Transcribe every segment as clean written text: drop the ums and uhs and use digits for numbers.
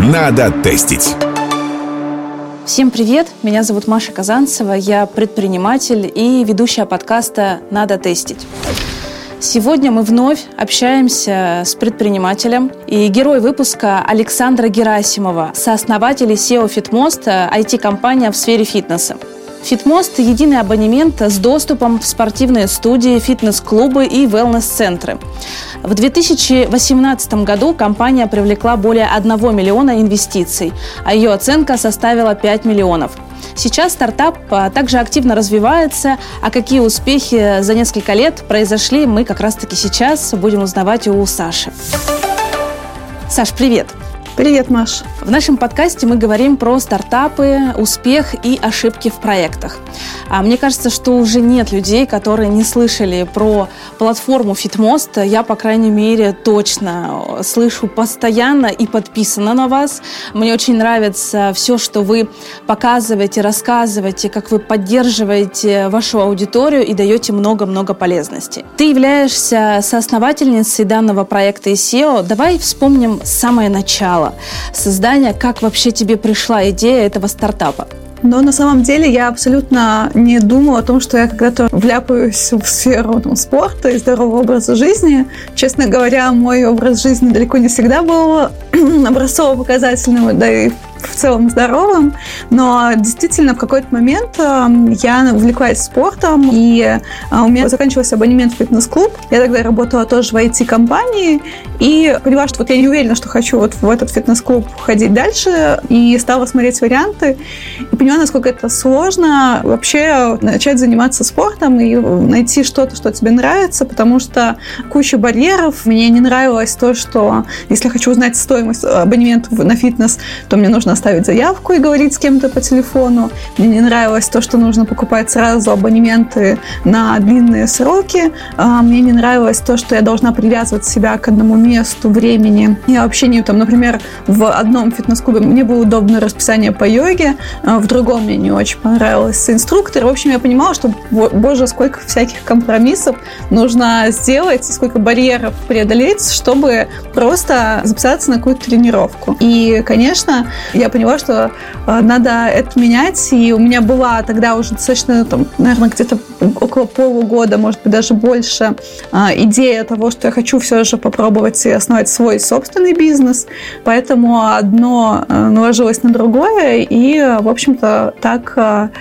Надо тестить. Всем привет, меня зовут Маша Казанцева, я предприниматель и ведущая подкаста «Надо тестить». Сегодня мы вновь общаемся с предпринимателем и герой выпуска Александра Герасимова, сооснователь SEO Fitmost, IT-компания в сфере фитнеса. Fitmost – единый абонемент с доступом в спортивные студии, фитнес-клубы и wellness-центры. В 2018 году компания привлекла более 1 миллиона инвестиций, а ее оценка составила 5 миллионов. Сейчас стартап также активно развивается, а какие успехи за несколько лет произошли, мы как раз-таки сейчас будем узнавать у Саши. Саш, привет! Привет, Маш. В нашем подкасте мы говорим про стартапы, успех и ошибки в проектах. Мне кажется, что уже нет людей, которые не слышали про платформу Fitmost. Я, по крайней мере, точно слышу постоянно и подписана на вас. Мне очень нравится все, что вы показываете, рассказываете, как вы поддерживаете вашу аудиторию и даете много-много полезностей. Ты являешься соосновательницей данного проекта SEO. Давай вспомним самое начало создания, как вообще тебе пришла идея этого стартапа? Но на самом деле я абсолютно не думала о том, что я когда-то вляпаюсь в сферу спорта и здорового образа жизни. Честно говоря, мой образ жизни далеко не всегда был образцово-показательным, да и в целом здоровым, но действительно в какой-то момент я увлеклась спортом, и у меня заканчивался абонемент в фитнес-клуб. Я тогда работала тоже в IT-компании и поняла, что вот я не уверена, что хочу вот в этот фитнес-клуб ходить дальше, и стала смотреть варианты, и поняла, насколько это сложно вообще начать заниматься спортом и найти что-то, что тебе нравится, потому что куча барьеров. Мне не нравилось то, что если я хочу узнать стоимость абонемента на фитнес, то мне нужно оставить заявку и говорить с кем-то по телефону. Мне не нравилось то, что нужно покупать сразу абонементы на длинные сроки. Мне не нравилось то, что я должна привязывать себя к одному месту, времени. Я вообще не, например, в одном фитнес-клубе мне было удобное расписание по йоге, в другом мне не очень понравился инструктор. В общем, я понимала, что, боже, сколько всяких компромиссов нужно сделать, сколько барьеров преодолеть, чтобы просто записаться на какую-то тренировку. И, конечно, я поняла, что надо это менять, и у меня была тогда уже достаточно, наверное, где-то около полугода, может быть, даже больше, идея того, что я хочу все же попробовать и основать свой собственный бизнес, поэтому одно наложилось на другое, и, в общем-то, так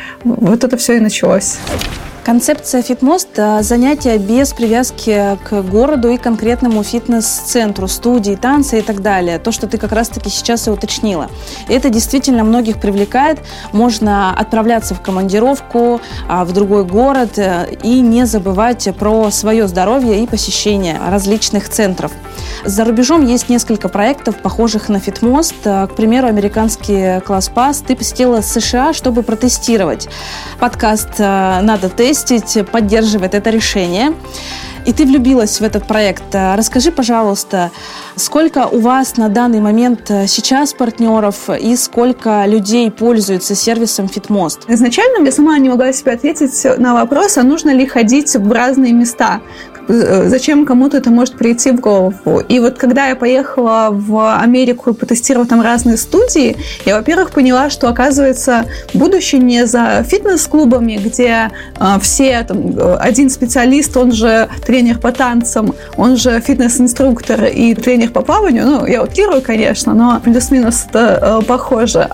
вот это все и началось. Концепция Fitmost – занятия без привязки к городу и конкретному фитнес-центру, студии, танцы и так далее. То, что ты как раз-таки сейчас и уточнила. И это действительно многих привлекает. Можно отправляться в командировку в другой город и не забывать про свое здоровье и посещение различных центров. За рубежом есть несколько проектов, похожих на Fitmost. К примеру, американский ClassPass ты посетила США, чтобы протестировать. Подкаст «Надо тестить» поддерживает это решение. И ты влюбилась в этот проект. Расскажи, пожалуйста, сколько у вас на данный момент сейчас партнеров и сколько людей пользуются сервисом Fitmost? Изначально я сама не могла себе ответить на вопрос, а нужно ли ходить в разные места. Зачем кому-то это может прийти в голову. И вот когда я поехала в Америку и потестировала там разные студии, я, во-первых, поняла, что, оказывается, будущее не за фитнес-клубами, где все, один специалист, он же тренер по танцам, он же фитнес-инструктор и тренер по плаванию. Я утрирую, конечно, но плюс-минус это похоже.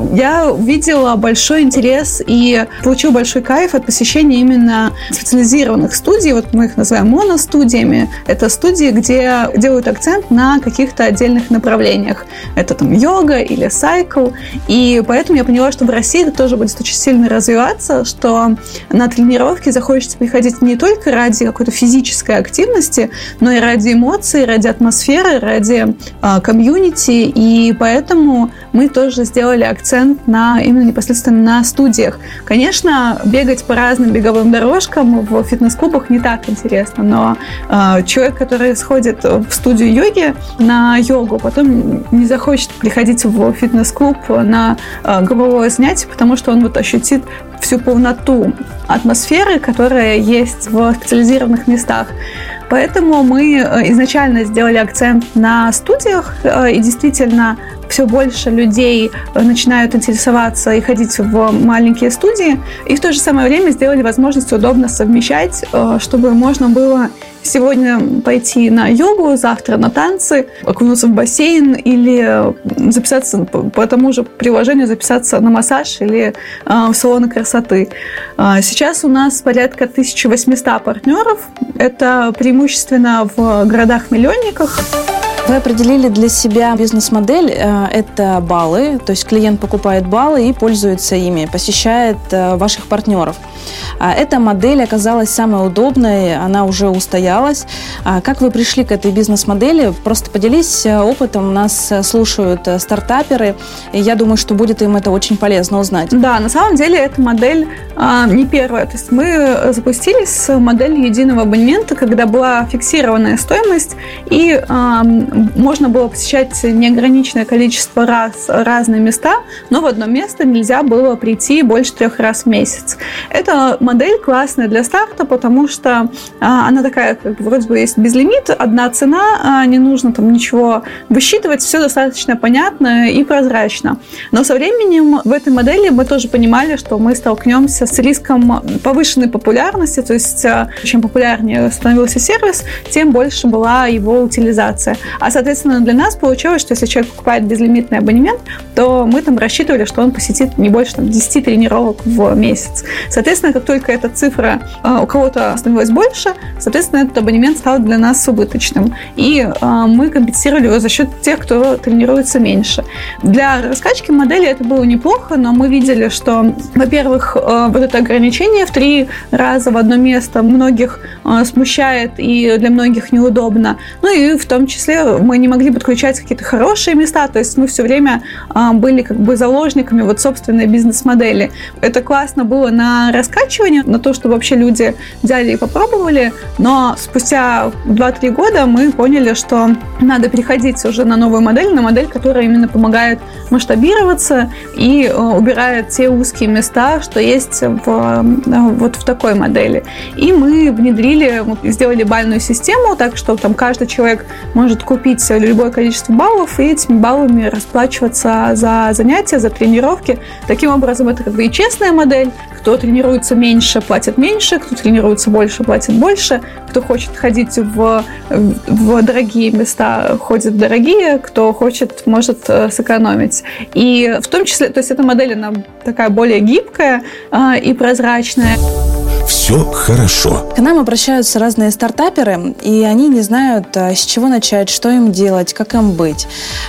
Я увидела большой интерес и получила большой кайф от посещения именно специализированных студий. Вот мы их называем моностудиями. Это студии, где делают акцент на каких-то отдельных направлениях. Это йога или сайкл. И поэтому я поняла, что в России это тоже будет очень сильно развиваться, что на тренировки захочется приходить не только ради какой-то физической активности, но и ради эмоций, ради атмосферы, ради комьюнити. И поэтому мы тоже сделали акцент именно непосредственно на студиях. Конечно, бегать по разным беговым дорожкам в фитнес-клубах не так интересно, но человек, который сходит в студию йоги на йогу, потом не захочет приходить в фитнес-клуб на групповое занятие, потому что он ощутит всю полноту атмосферы, которая есть в специализированных местах. Поэтому мы изначально сделали акцент на студиях, и действительно все больше людей начинают интересоваться и ходить в маленькие студии, и в то же самое время сделали возможность удобно совмещать, чтобы можно было сегодня пойти на йогу, завтра на танцы, окунуться в бассейн или записаться по тому же приложению, записаться на массаж или в салоны красоты. Сейчас у нас порядка 1800 партнеров. Это преимущественно в городах-миллионниках. Вы определили для себя бизнес-модель, это баллы, то есть клиент покупает баллы и пользуется ими, посещает ваших партнеров. Эта модель оказалась самой удобной, она уже устоялась. Как вы пришли к этой бизнес-модели? Просто поделись опытом, нас слушают стартаперы, и я думаю, что будет им это очень полезно узнать. Да, на самом деле эта модель не первая. То есть мы запустились с моделью единого абонемента, когда была фиксированная стоимость, и можно было посещать неограниченное количество раз разные места, но в одно место нельзя было прийти больше 3 раз в месяц. Эта модель классная для старта, потому что она такая, как бы, вроде бы есть безлимит, одна цена, не нужно там ничего высчитывать, все достаточно понятно и прозрачно. Но со временем в этой модели мы тоже понимали, что мы столкнемся с риском повышенной популярности, то есть чем популярнее становился сервис, тем больше была его утилизация. А, соответственно, для нас получилось, что если человек покупает безлимитный абонемент, то мы там рассчитывали, что он посетит не больше 10 тренировок в месяц. Соответственно, как только эта цифра у кого-то становилась больше, соответственно, этот абонемент стал для нас убыточным. И мы компенсировали его за счет тех, кто тренируется меньше. Для раскачки модели это было неплохо, но мы видели, что, во-первых, вот это ограничение в 3 раза в одно место многих смущает и для многих неудобно. Ну и в том числе мы не могли подключать какие-то хорошие места, то есть мы все время были как бы заложниками вот собственной бизнес-модели. Это классно было на раскачивание, на то, чтобы вообще люди взяли и попробовали, но спустя 2-3 года мы поняли, что надо переходить уже на новую модель, на модель, которая именно помогает масштабироваться и убирает те узкие места, что есть вот в такой модели. И мы внедрили, сделали бальную систему, так что там каждый человек может купить любое количество баллов и этими баллами расплачиваться за занятия, за тренировки. Таким образом, это как бы и честная модель. Кто тренируется меньше, платит меньше, кто тренируется больше, платит больше, кто хочет ходить в дорогие места, ходит в дорогие, кто хочет, может сэкономить. И в том числе, то есть эта модель, она такая более гибкая и прозрачная. Все хорошо. К нам обращаются разные стартаперы, и они не знают, с чего начать, что им делать, как им быть.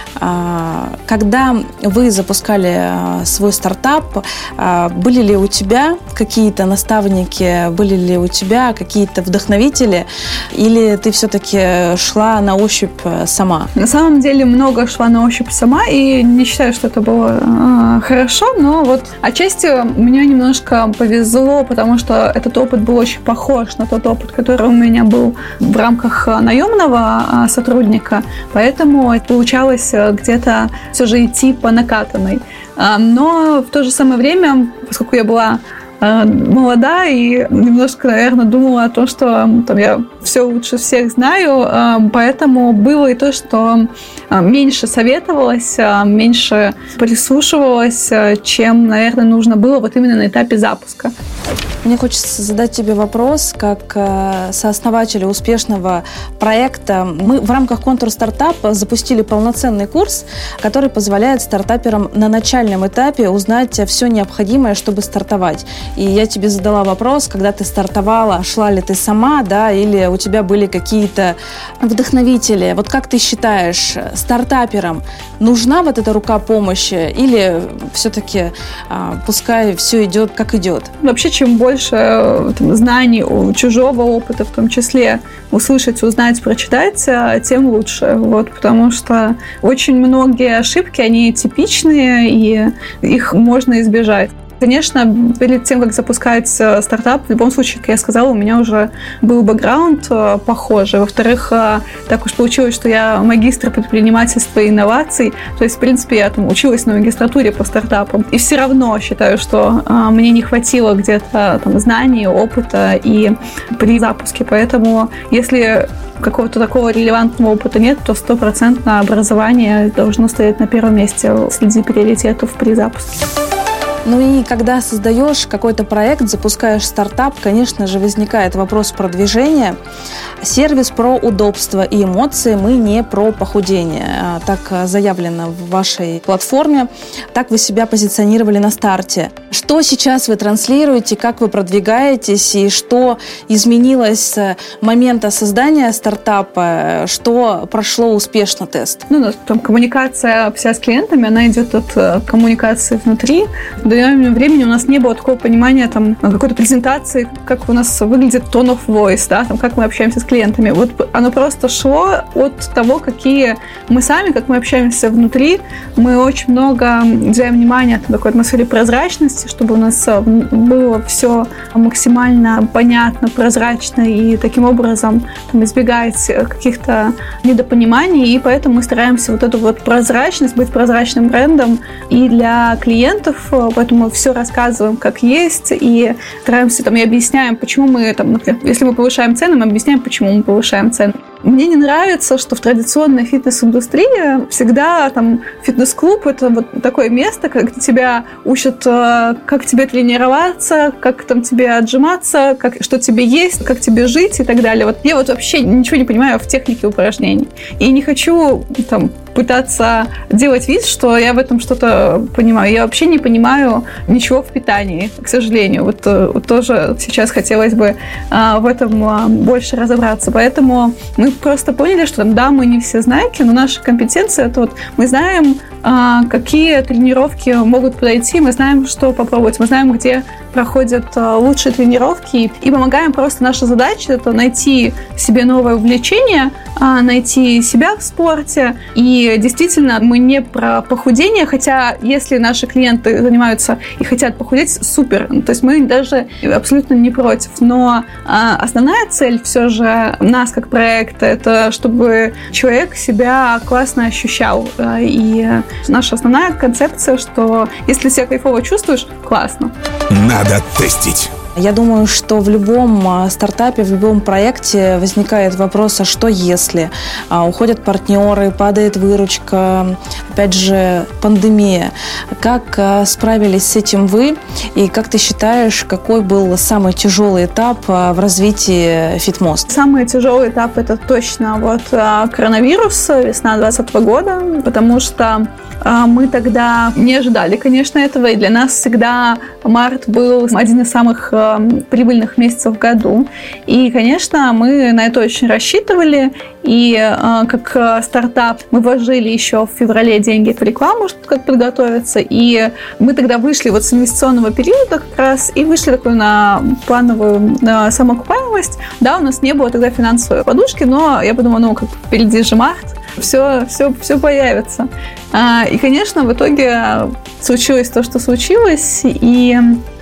Когда вы запускали свой стартап, были ли у тебя какие-то наставники, были ли у тебя какие-то вдохновители, или ты все-таки шла на ощупь сама? На самом деле много шла на ощупь сама, и не считаю, что это было хорошо, но вот отчасти мне немножко повезло, потому что этот опыт был очень похож на тот опыт, который у меня был в рамках наемного сотрудника, поэтому получалось где-то все же идти по накатанной. Но в то же самое время, поскольку я была молода и немножко, наверное, думала о том, что там, я все лучше всех знаю, поэтому было и то, что меньше советовалась, меньше прислушивалась, чем, наверное, нужно было вот именно на этапе запуска. Мне хочется задать тебе вопрос, как сооснователю успешного проекта. Мы в рамках «Контур Стартап» запустили полноценный курс, который позволяет стартаперам на начальном этапе узнать все необходимое, чтобы стартовать. И я тебе задала вопрос, когда ты стартовала, шла ли ты сама, да, или у тебя были какие-то вдохновители. Вот как ты считаешь, стартаперам нужна вот эта рука помощи или все-таки пускай все идет, как идет? Вообще, чем больше знаний, чужого опыта, в том числе услышать, узнать, прочитать, тем лучше. Вот, потому что очень многие ошибки, они типичные, и их можно избежать. Конечно, перед тем, как запускать стартап, в любом случае, как я сказала, у меня уже был бэкграунд похожий. Во-вторых, так уж получилось, что я магистр предпринимательства и инноваций. То есть, в принципе, я там училась на магистратуре по стартапам. И все равно считаю, что мне не хватило где-то там знаний, опыта и при запуске. Поэтому, если какого-то такого релевантного опыта нет, то 100% образование должно стоять на первом месте среди приоритетов при запуске. Ну и когда создаешь какой-то проект, запускаешь стартап, конечно же, возникает вопрос продвижения. Сервис про удобство и эмоции, мы не про похудение. Так заявлено в вашей платформе, так вы себя позиционировали на старте. Что сейчас вы транслируете, как вы продвигаетесь и что изменилось с момента создания стартапа, что прошло успешно тест? Там коммуникация вся с клиентами, она идет от коммуникации внутри. До недавнего времени у нас не было такого понимания там какой-то презентации, как у нас выглядит tone of voice, да, там, как мы общаемся с клиентами. Вот оно просто шло от того, какие мы сами, как мы общаемся внутри. Мы очень много уделяем внимания такой атмосфере прозрачности, чтобы у нас было все максимально понятно, прозрачно и таким образом там, избегать каких-то недопониманий. И поэтому мы стараемся вот эту вот прозрачность, быть прозрачным брендом и для клиентов. Поэтому все рассказываем как есть и стараемся там и объясняем, почему мы там, например, если мы повышаем цены, мы объясняем, почему мы повышаем цены. Мне не нравится, что в традиционной фитнес-индустрии всегда там фитнес-клуб – это вот такое место, где тебя учат, как тебе тренироваться, как там тебе отжиматься, что тебе есть, как тебе жить и так далее. Вот я вот вообще ничего не понимаю в технике упражнений. И не хочу там пытаться делать вид, что я в этом что-то понимаю. Я вообще не понимаю ничего в питании, к сожалению. Вот тоже сейчас хотелось бы в этом больше разобраться. Поэтому мы просто поняли, что да, мы не все знайки, но наша компетенция – это вот мы знаем, какие тренировки могут подойти, мы знаем, что попробовать, мы знаем, где проходят лучшие тренировки и помогаем. Просто наша задача – это найти себе новое увлечение, найти себя в спорте. И действительно, мы не про похудение, хотя если наши клиенты занимаются и хотят похудеть, супер. То есть мы даже абсолютно не против. Но основная цель все же нас как проекта – это чтобы человек себя классно ощущал. И наша основная концепция, что если себя кайфово чувствуешь, классно. Надо тестить. Я думаю, что в любом стартапе, в любом проекте возникает вопрос, а что если? Уходят партнеры, падает выручка, опять же, пандемия. Как справились с этим вы? И как ты считаешь, какой был самый тяжелый этап в развитии Fitmost? Самый тяжелый этап – это точно вот коронавирус, весна 2020 года, потому что мы тогда не ожидали, конечно, этого, и для нас всегда март был один из самых прибыльных месяцев в году. И, конечно, мы на это очень рассчитывали, и как стартап мы вложили еще в феврале деньги в рекламу, чтобы как подготовиться, и мы тогда вышли вот с инвестиционного периода как раз, и вышли такую на плановую самоокупаемость. Да, у нас не было тогда финансовой подушки, но я подумала, как впереди же март, все появится. И, конечно, в итоге случилось то, что случилось, и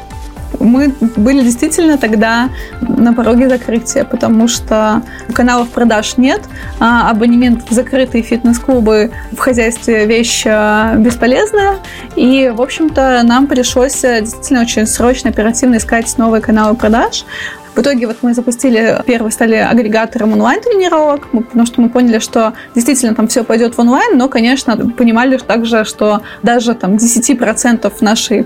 мы были действительно тогда на пороге закрытия, потому что каналов продаж нет, абонемент в закрытые фитнес-клубы в хозяйстве вещь бесполезная, и, в общем-то, нам пришлось действительно очень срочно, оперативно искать новые каналы продаж. В итоге вот мы стали агрегатором онлайн-тренировок, потому что мы поняли, что действительно там все пойдет в онлайн, но, конечно, понимали также, что даже там 10% нашей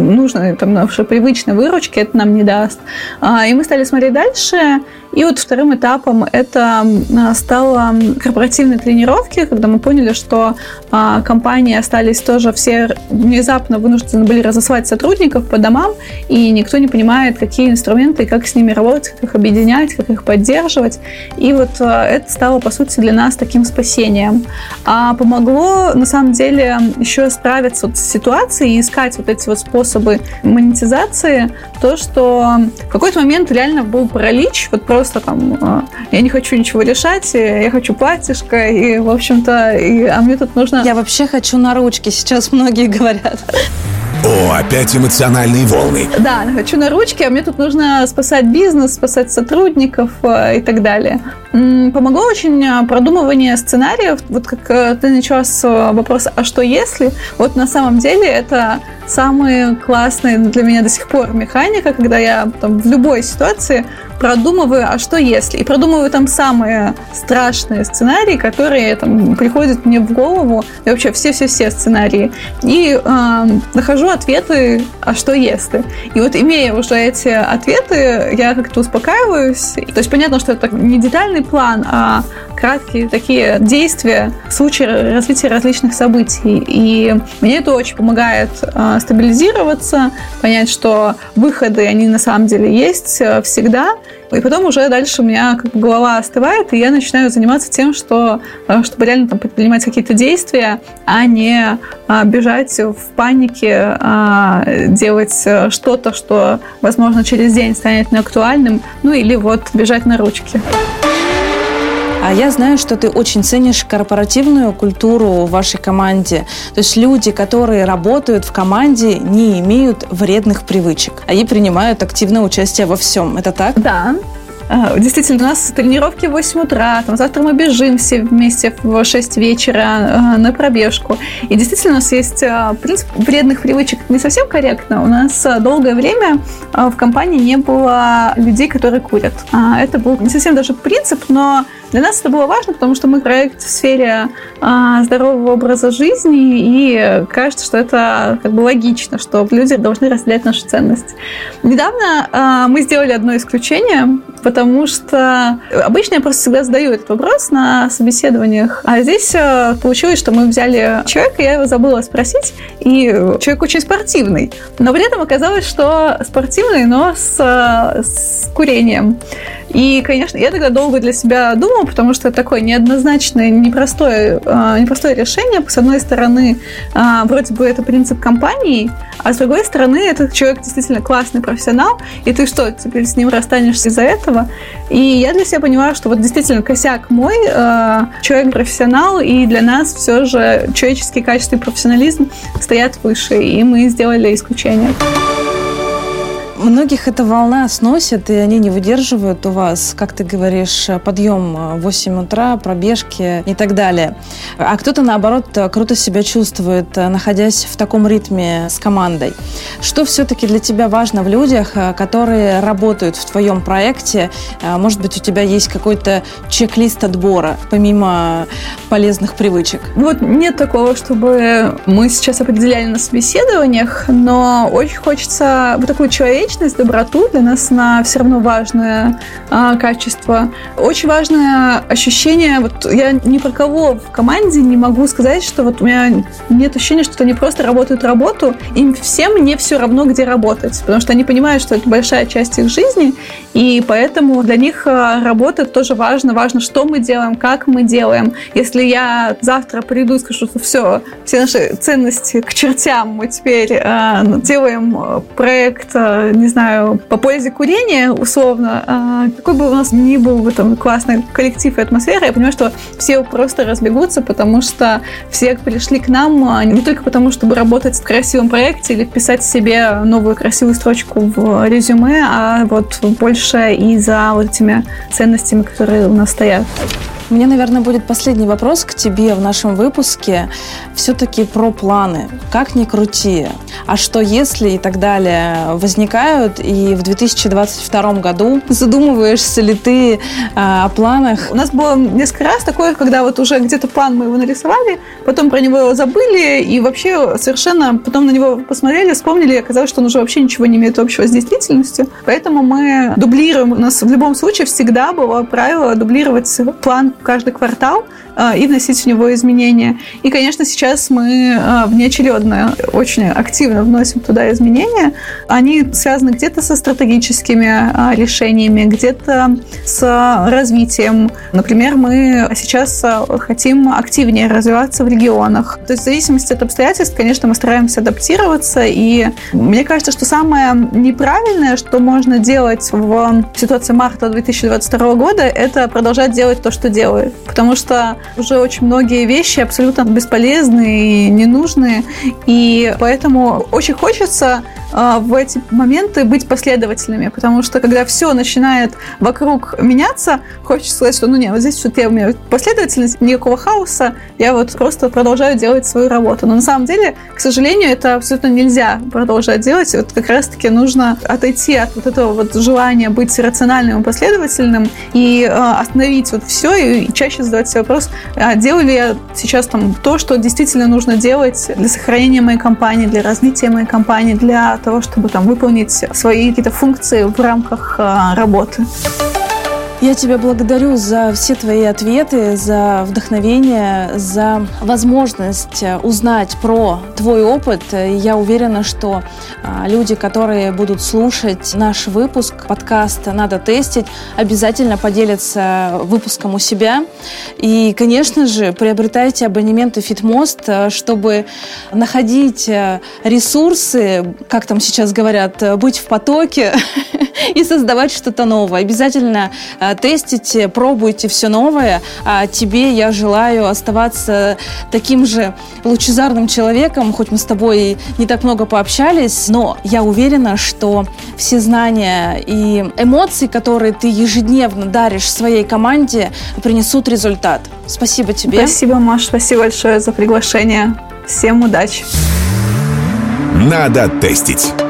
привычной выручки это нам не даст. И мы стали смотреть дальше. И вот вторым этапом это стало корпоративные тренировки, когда мы поняли, что компании остались тоже все внезапно вынуждены были разослать сотрудников по домам, и никто не понимает, какие инструменты и как с ними работать, как их объединять, как их поддерживать. И вот это стало, по сути, для нас таким спасением. А помогло, на самом деле, еще справиться с ситуацией и искать вот эти вот способы монетизации, то, что в какой-то момент реально был паралич, вот просто там я не хочу ничего решать, я хочу платьишко, и, в общем-то, а мне тут нужно... Я вообще хочу на ручки, сейчас многие говорят. О, опять эмоциональные волны. Да, хочу на ручке, а мне тут нужно спасать бизнес, спасать сотрудников и так далее. Помогло очень продумывание сценариев. Вот как ты начала с вопроса «а что если?». Вот на самом деле это самая классная для меня до сих пор механика, когда я там, в любой ситуации продумываю «а что если?». И продумываю там самые страшные сценарии, которые там приходят мне в голову, и вообще все-все-все сценарии. И нахожу ответы «а что если?». И вот имея уже эти ответы, я как-то успокаиваюсь. То есть понятно, что это не детальный план, а краткие такие действия в случае развития различных событий. И мне это очень помогает стабилизироваться, понять, что выходы, они на самом деле есть всегда. И потом уже дальше у меня как бы голова остывает, и я начинаю заниматься тем, чтобы реально там предпринимать какие-то действия, а не бежать в панике, делать что-то, что, возможно, через день станет неактуальным, ну или вот бежать на ручки. А я знаю, что ты очень ценишь корпоративную культуру в вашей команде. То есть люди, которые работают в команде, не имеют вредных привычек. Они принимают активное участие во всем. Это так? Да. Действительно, у нас тренировки в 8 утра, там, завтра мы бежим все вместе в 6 вечера на пробежку. И действительно, у нас есть принцип вредных привычек. Не совсем корректно. У нас долгое время в компании не было людей, которые курят. Это был не совсем даже принцип, но для нас это было важно, потому что мы проект в сфере здорового образа жизни, и кажется, что это как бы логично, что люди должны разделять наши ценности. Недавно мы сделали одно исключение, потому что обычно я просто всегда задаю этот вопрос на собеседованиях, а здесь получилось, что мы взяли человека, я его забыла спросить, и человек очень спортивный, но при этом оказалось, что спортивный, но с курением. И, конечно, я тогда долго для себя думала, потому что это такое неоднозначное, непростое решение. С одной стороны, вроде бы это принцип компании, а с другой стороны, этот человек действительно классный профессионал, и ты что, теперь с ним расстанешься из-за этого? И я для себя поняла, что вот действительно косяк мой, человек профессионал, и для нас все же человеческие качества и профессионализм стоят выше, и мы сделали исключение. Многих эта волна сносит, и они не выдерживают у вас, как ты говоришь, подъем в 8 утра, пробежки и так далее. А кто-то, наоборот, круто себя чувствует, находясь в таком ритме с командой. Что все-таки для тебя важно в людях, которые работают в твоем проекте? Может быть, у тебя есть какой-то чек-лист отбора, помимо полезных привычек? Вот нет такого, чтобы мы сейчас определяли на собеседованиях, но очень хочется вот такую человечность, доброту. Для нас она все равно важное качество. Очень важное ощущение. Вот я ни про кого в команде не могу сказать, что вот у меня нет ощущения, что они просто работают работу. Им всем не все равно, где работать. Потому что они понимают, что это большая часть их жизни. И поэтому для них работа тоже важна. Важно, что мы делаем, как мы делаем. Если я завтра приду и скажу, что все наши ценности к чертям, мы теперь делаем проект, не знаю, по пользе курения, условно, какой бы у нас ни был в этом классный коллектив и атмосфера, я понимаю, что все просто разбегутся, потому что все пришли к нам не только потому, чтобы работать в красивом проекте или вписать себе новую красивую строчку в резюме, а вот больше и за вот этими ценностями, которые у нас стоят. У меня, наверное, будет последний вопрос к тебе в нашем выпуске. Все-таки про планы. Как ни крути. А что если и так далее возникают, и в 2022 году задумываешься ли ты о планах? У нас было несколько раз такое, когда вот уже где-то план мы его нарисовали, потом про него забыли, и вообще совершенно потом на него посмотрели, вспомнили, и оказалось, что он уже вообще ничего не имеет общего с действительностью. Поэтому мы дублируем. У нас в любом случае всегда было правило дублировать план каждый квартал и вносить в него изменения. И, конечно, сейчас мы внеочередно очень активно вносим туда изменения. Они связаны где-то со стратегическими решениями, где-то с развитием. Например, мы сейчас хотим активнее развиваться в регионах. То есть в зависимости от обстоятельств, конечно, мы стараемся адаптироваться. И мне кажется, что самое неправильное, что можно делать в ситуации марта 2022 года, это продолжать делать то, что делаем делает. Потому что уже очень многие вещи абсолютно бесполезны и ненужные. И поэтому очень хочется в эти моменты быть последовательными. Потому что когда все начинает вокруг меняться, хочется сказать, что вот здесь у меня последовательность, никакого хаоса, я вот просто продолжаю делать свою работу. Но на самом деле, к сожалению, это абсолютно нельзя продолжать делать. Вот как раз-таки нужно отойти от вот этого вот желания быть рациональным и последовательным и остановить вот все и чаще задавать себе вопрос, делаю ли я сейчас то, что действительно нужно делать для сохранения моей компании, для развития моей компании, для того, чтобы выполнить свои какие-то функции в рамках работы. Я тебя благодарю за все твои ответы, за вдохновение, за возможность узнать про твой опыт. Я уверена, что люди, которые будут слушать наш выпуск подкаста «Надо тестить», обязательно поделятся выпуском у себя. И, конечно же, приобретайте абонементы FitMost, чтобы находить ресурсы, как там сейчас говорят, быть в потоке и создавать что-то новое. Обязательно тестите, пробуйте все новое. А тебе я желаю оставаться таким же лучезарным человеком, хоть мы с тобой не так много пообщались, но я уверена, что все знания и эмоции, которые ты ежедневно даришь своей команде, принесут результат. Спасибо тебе. Спасибо, Маш, спасибо большое за приглашение. Всем удачи. Надо тестить.